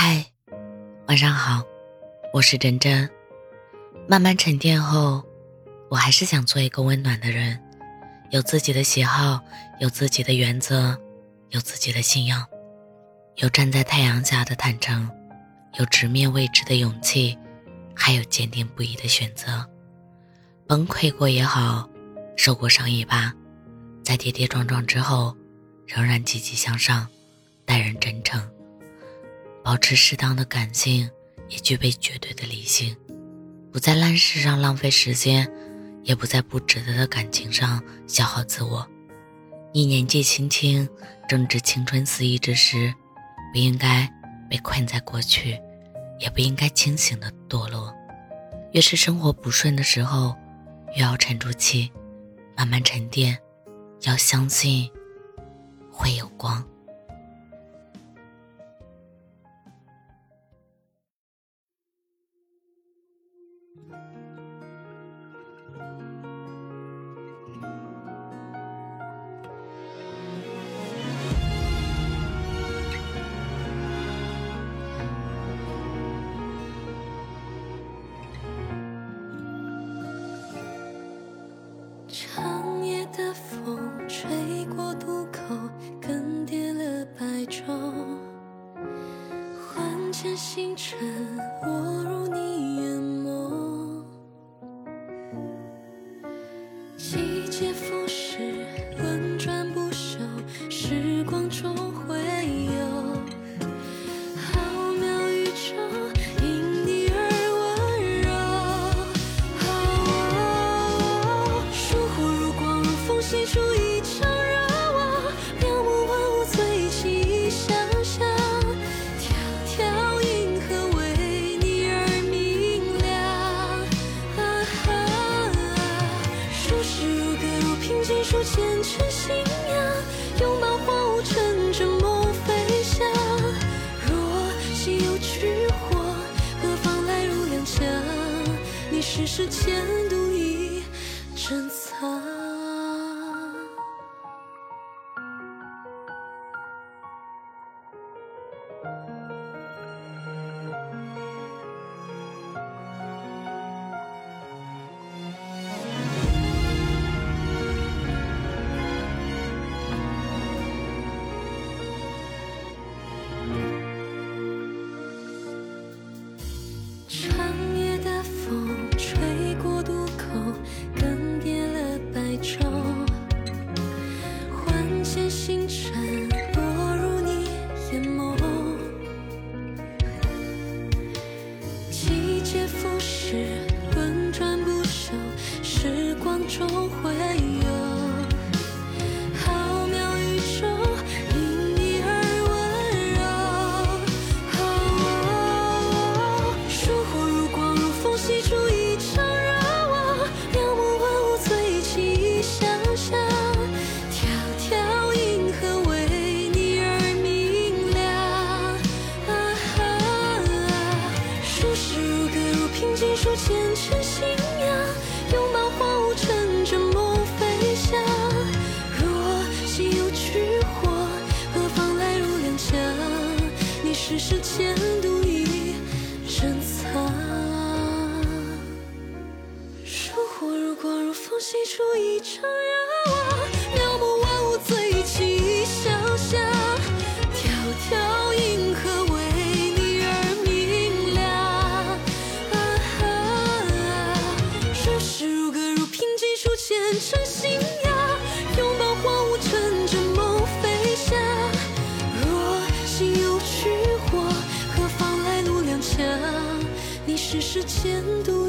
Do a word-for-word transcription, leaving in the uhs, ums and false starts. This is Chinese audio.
嗨，晚上好，我是真真。慢慢沉淀后，我还是想做一个温暖的人，有自己的喜好，有自己的原则，有自己的信仰，有站在太阳下的坦诚，有直面未知的勇气，还有坚定不移的选择。崩溃过也好，受过伤也罢，在跌跌撞撞之后，仍然积极向上，待人真诚，保持适当的感性，也具备绝对的理性，不在烂事上浪费时间，也不在不值得的感情上消耗自我。你年纪轻轻，正值青春肆意之时，不应该被困在过去，也不应该清醒的堕落。越是生活不顺的时候，越要沉住气，慢慢沉淀，要相信会有光。 长夜的风吹过渡口，更迭了白昼，换间星辰落入你眼眸，季节浮世轮转不休，时光中会有浩渺宇宙因你而温柔。疏忽如光如风，吸出一场热望，描摹万物最起想象，条条银河为你而明亮。数十如歌，如平静书虔诚信仰，拥抱荒芜，乘着梦飞翔。若心有炬火，何妨来如踉跄？你是世间独一珍藏。长夜的风吹过渡口，更迭了白昼，换间星辰落入你眼眸，季节浮世轮转不休，时光中会有浩渺宇宙因你而温柔。疏忽如光如风，吸出一场热望，描摹万物最起想象，条条银河为你而明亮。数十如歌，如平静书虔诚信仰，拥抱荒芜，乘着梦飞翔。若心有炬火，何妨来如踉跄？你是世间独一珍藏。疏忽如光如风，吸出一场热望，描摹万物最起想象，条条银河为你而明亮。数十如歌，如平静书虔诚信仰，拥抱荒芜，乘着梦飞翔。若心有炬火，何妨来路踉跄？你是世间独